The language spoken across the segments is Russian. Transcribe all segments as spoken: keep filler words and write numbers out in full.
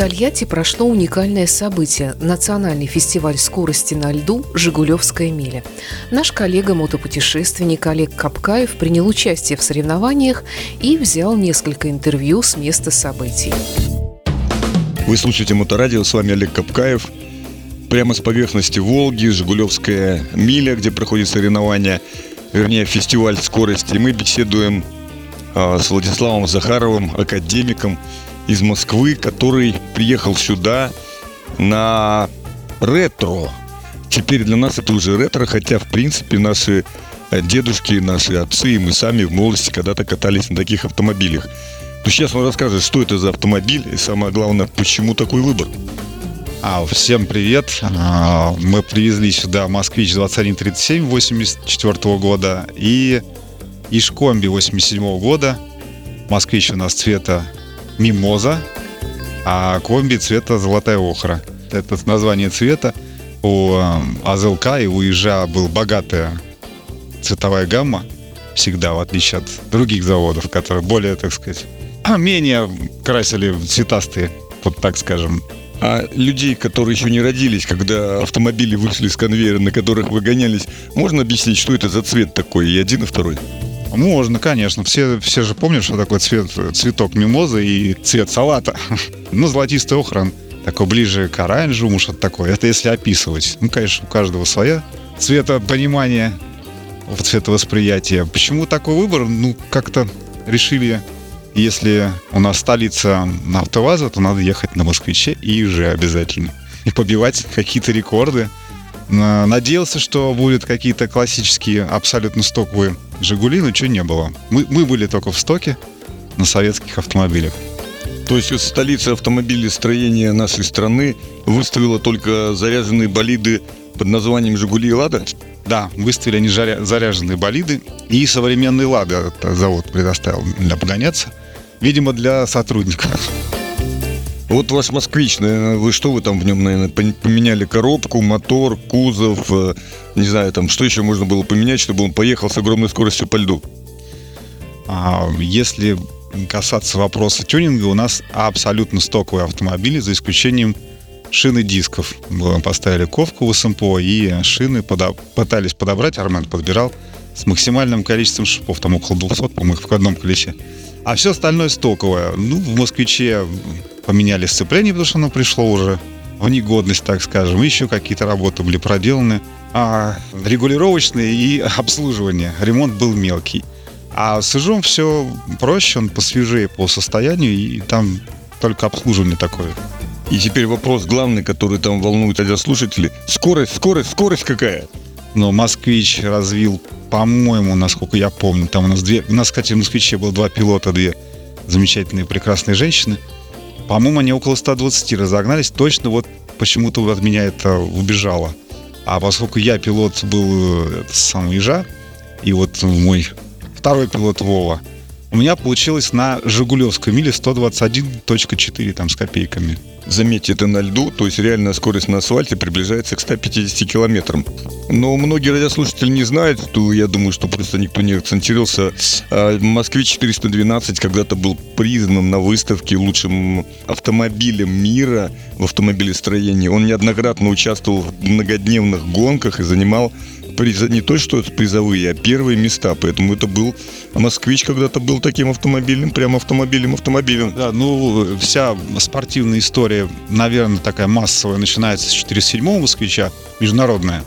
Тольятти прошло уникальное событие – национальный фестиваль скорости на льду «Жигулевская миля». Наш коллега-мотопутешественник Олег Капкаев принял участие в соревнованиях и взял несколько интервью с места событий. Вы слушаете Моторадио, с вами Олег Капкаев. Прямо с поверхности Волги, Жигулевская миля, где проходит соревнования, вернее, фестиваль скорости. И мы беседуем а, с Владиславом Захаровым, академиком из Москвы, который приехал сюда на ретро. Теперь для нас это уже ретро, хотя, в принципе, наши дедушки, наши отцы и мы сами в молодости когда-то катались на таких автомобилях. Но сейчас он расскажет, что это за автомобиль и, самое главное, почему такой выбор. А, всем привет. А, мы привезли сюда Москвич двадцать один тридцать семь восемьдесят четвёртого года и Ишкомби восемьдесят седьмого года. Москвич у нас цвета мимоза, а комби цвета золотая охра. Это название цвета. У АЗЛК и у Ижа была богатая цветовая гамма всегда, в отличие от других заводов, которые более, так сказать, менее красили цветастые, вот так скажем. А людей, которые еще не родились, когда автомобили вышли с конвейера, на которых вы гонялись, можно объяснить, что это за цвет такой, и один, и второй? Можно, конечно. Все, все же помнят, что такое цвет, цветок мимозы и цвет салата. Ну, золотистый охран, такой ближе к оранжевому, что-то такое. Это если описывать. Ну, конечно, у каждого своя цветопонимание, цветовосприятие. Почему такой выбор? Ну, как-то решили, если у нас столица АвтоВАЗа, то надо ехать на Москвиче и Иже обязательно. И побивать какие-то рекорды. Надеялся, что будут какие-то классические, абсолютно стоковые «Жигули», но ничего не было. Мы, мы были только в стоке на советских автомобилях. То есть столица автомобилестроения нашей страны выставила только заряженные болиды под названием «Жигули» и «Лада»? Да, выставили они жаря- заряженные болиды, и современные «Лады» завод предоставил для погоняться, видимо, для сотрудников. Вот ваш «Москвич», наверное, вы что вы там в нем, наверное, поменяли коробку, мотор, кузов, не знаю, там, что еще можно было поменять, чтобы он поехал с огромной скоростью по льду? А, если касаться вопроса тюнинга, у нас абсолютно стоковые автомобили, за исключением шины дисков. Мы поставили ковку в СМПО и шины подо... пытались подобрать, Армен подбирал, с максимальным количеством шипов, там около двухсот, по-моему, в одном ключе. А все остальное стоковое. Ну, в «Москвиче» поменяли сцепление, потому что оно пришло уже в негодность, так скажем. Еще какие-то работы были проделаны. А регулировочные и обслуживание. Ремонт был мелкий. А с Ижом все проще, он посвежее по состоянию, и там только обслуживание такое. И теперь вопрос главный, который там волнует радиослушателей. Скорость, скорость, скорость какая? Но «Москвич» развил, по-моему, насколько я помню, там у нас две... У нас, кстати, в «Москвиче» было два пилота, две замечательные, прекрасные женщины. По-моему, они около ста двадцати разогнались. Точно вот почему-то от меня это убежало. А поскольку я пилот был это, сам Ижа, и вот мой второй пилот Вова, у меня получилось на «Жигулевской миле» сто двадцать один целых четыре там с копейками. Заметьте, это на льду, то есть реальная скорость на асфальте приближается к ста пятидесяти километрам. Но многие радиослушатели не знают, что, я думаю, что просто никто не акцентировался. «Москвич четыреста двенадцать» когда-то был признан на выставке лучшим автомобилем мира в автомобилестроении. Он неоднократно участвовал в многодневных гонках и занимал приз... не то что призовые, а первые места. Поэтому это был «Москвич» когда-то был таким автомобилем, прям автомобилем-автомобилем. Да, ну, вся спортивная история, наверное, такая массовая, начинается с четыреста седьмого «Москвича», международная.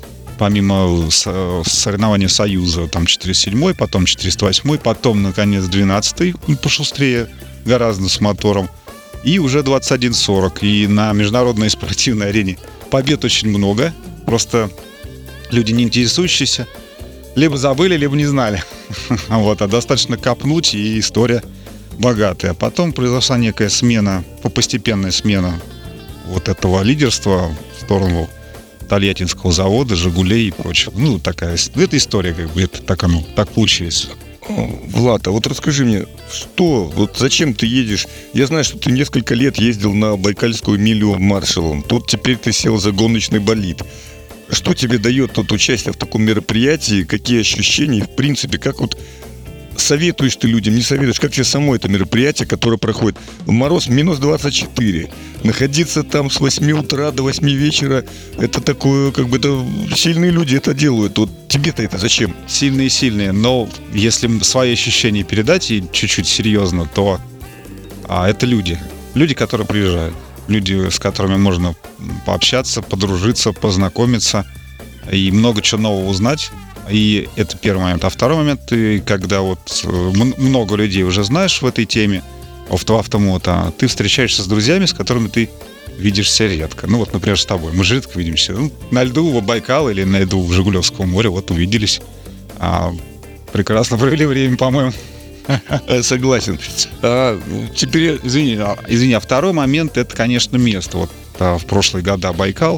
Помимо соревнований Союза, там четыреста седьмой, потом четыреста восьмой, потом, наконец, двенадцатый, пошустрее гораздо с мотором, и уже двадцать один сорок. И на международной спортивной арене побед очень много, просто люди, не интересующиеся, либо забыли, либо не знали. Вот, а достаточно копнуть, и история богатая. А потом произошла некая смена, постепенная смена вот этого лидерства в сторону Тольяттинского завода, «Жигулей» и прочего. Ну, такая, это история, как бы, это так оно, так получилось. Влад, а вот расскажи мне, что, вот зачем ты едешь? Я знаю, что ты несколько лет ездил на Байкальскую милю маршалом. Тут теперь ты сел за гоночный болид. Что тебе дает тут участие в таком мероприятии? Какие ощущения? В принципе, как вот советуешь ты людям, не советуешь? Как тебе само это мероприятие, которое проходит в мороз минус двадцать четыре? Находиться там с восьми утра до восьми вечера, это такое, как бы, это сильные люди это делают. Вот тебе-то это зачем? Сильные-сильные, но если свои ощущения передать и чуть-чуть серьезно, то а, это люди. Люди, которые приезжают. Люди, с которыми можно пообщаться, подружиться, познакомиться и много чего нового узнать. И это первый момент. А второй момент, ты, когда вот много людей уже знаешь в этой теме, автомото, ты встречаешься с друзьями, с которыми ты видишься редко. Ну вот, например, с тобой. Мы же редко видимся. Ну, на льду в Байкал или на льду в Жигулевском море, вот увиделись. А, прекрасно провели время, по-моему. Согласен. А, теперь, извини, извини, а второй момент, это, конечно, место. Вот а, в прошлые года Байкал.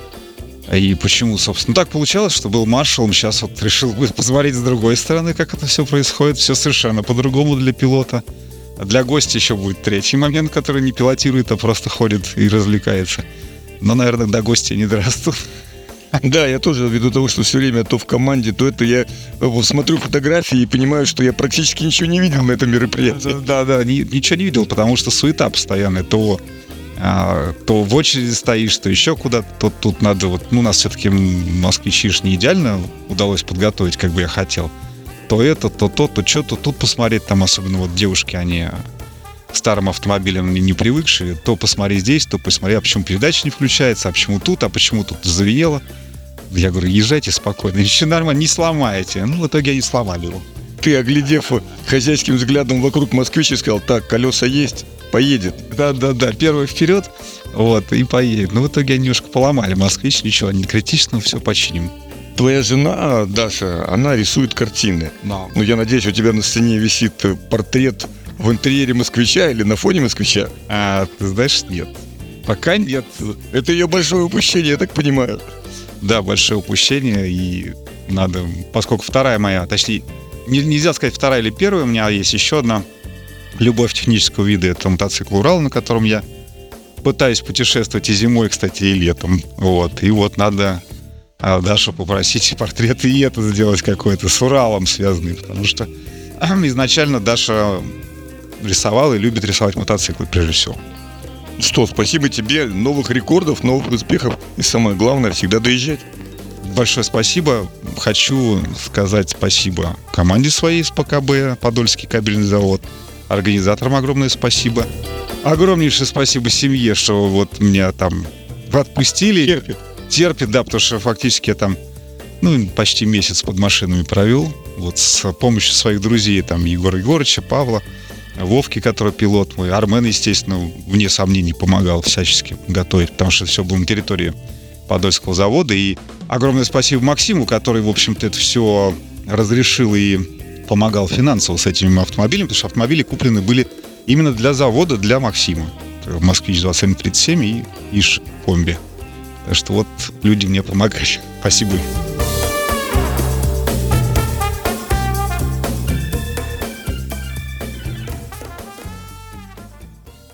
И почему, собственно, так получалось, что был маршалом, сейчас вот решил посмотреть с другой стороны, как это все происходит. Все совершенно по-другому для пилота. А для гостя еще будет третий момент, который не пилотирует, а просто ходит и развлекается. Но, наверное, до гостя не дорастут. Да, я тоже ввиду того, что все время то в команде, то это я вот смотрю фотографии и понимаю, что я практически ничего не видел на этом мероприятии. Да, да, ни, ничего не видел, потому что суета постоянная. То, а, то в очереди стоишь, то еще куда-то. То, тут надо вот, ну, у нас все-таки москвичи ж не идеально удалось подготовить, как бы я хотел. То это, то то, то что-то тут посмотреть, там особенно вот девушки, они старым автомобилем не привыкшие, то посмотри здесь, то посмотри, а почему передача не включается, а почему тут, а почему тут завиело. Я говорю, езжайте спокойно, еще нормально, не сломаете. Ну, в итоге они сломали его. Ты, оглядев хозяйским взглядом вокруг москвича, сказал, так, колеса есть, поедет. Да-да-да, первый вперед, вот, и поедет. Но в итоге они немножко поломали москвич, ничего, не критично, все починим. Твоя жена, Даша, она рисует картины. No. Ну, я надеюсь, у тебя на стене висит портрет в интерьере москвича или на фоне москвича? А, ты знаешь, нет. Пока нет. Это ее большое упущение, я так понимаю. Да, большое упущение, и надо, поскольку вторая моя, точнее, нельзя сказать вторая или первая, у меня есть еще одна любовь технического вида, это мотоцикл Урал, на котором я пытаюсь путешествовать и зимой, кстати, и летом. Вот, и вот надо а, Дашу попросить портрет и это сделать какой-то с Уралом связанный, потому что изначально Даша рисовала и любит рисовать мотоциклы, прежде всего. Что, спасибо тебе, новых рекордов, новых успехов и самое главное, всегда доезжать. Большое спасибо. Хочу сказать спасибо команде своей из ПКБ, Подольский кабельный завод. Организаторам огромное спасибо. Огромнейшее спасибо семье, что вот меня там отпустили. Терпит. Терпит, да, потому что фактически я там ну, почти месяц под машинами провел. Вот с помощью своих друзей, там, Егора Егорыча, Павла, Вовки, который пилот мой, Армен, естественно, вне сомнений помогал всячески готовить, потому что все было на территории Подольского завода. И огромное спасибо Максиму, который, в общем-то, это все разрешил и помогал финансово с этими автомобилями, потому что автомобили куплены были именно для завода, для Максима. Москвич двадцать семь тридцать семь и Иж Комби. Так что вот люди мне помогали. Спасибо им.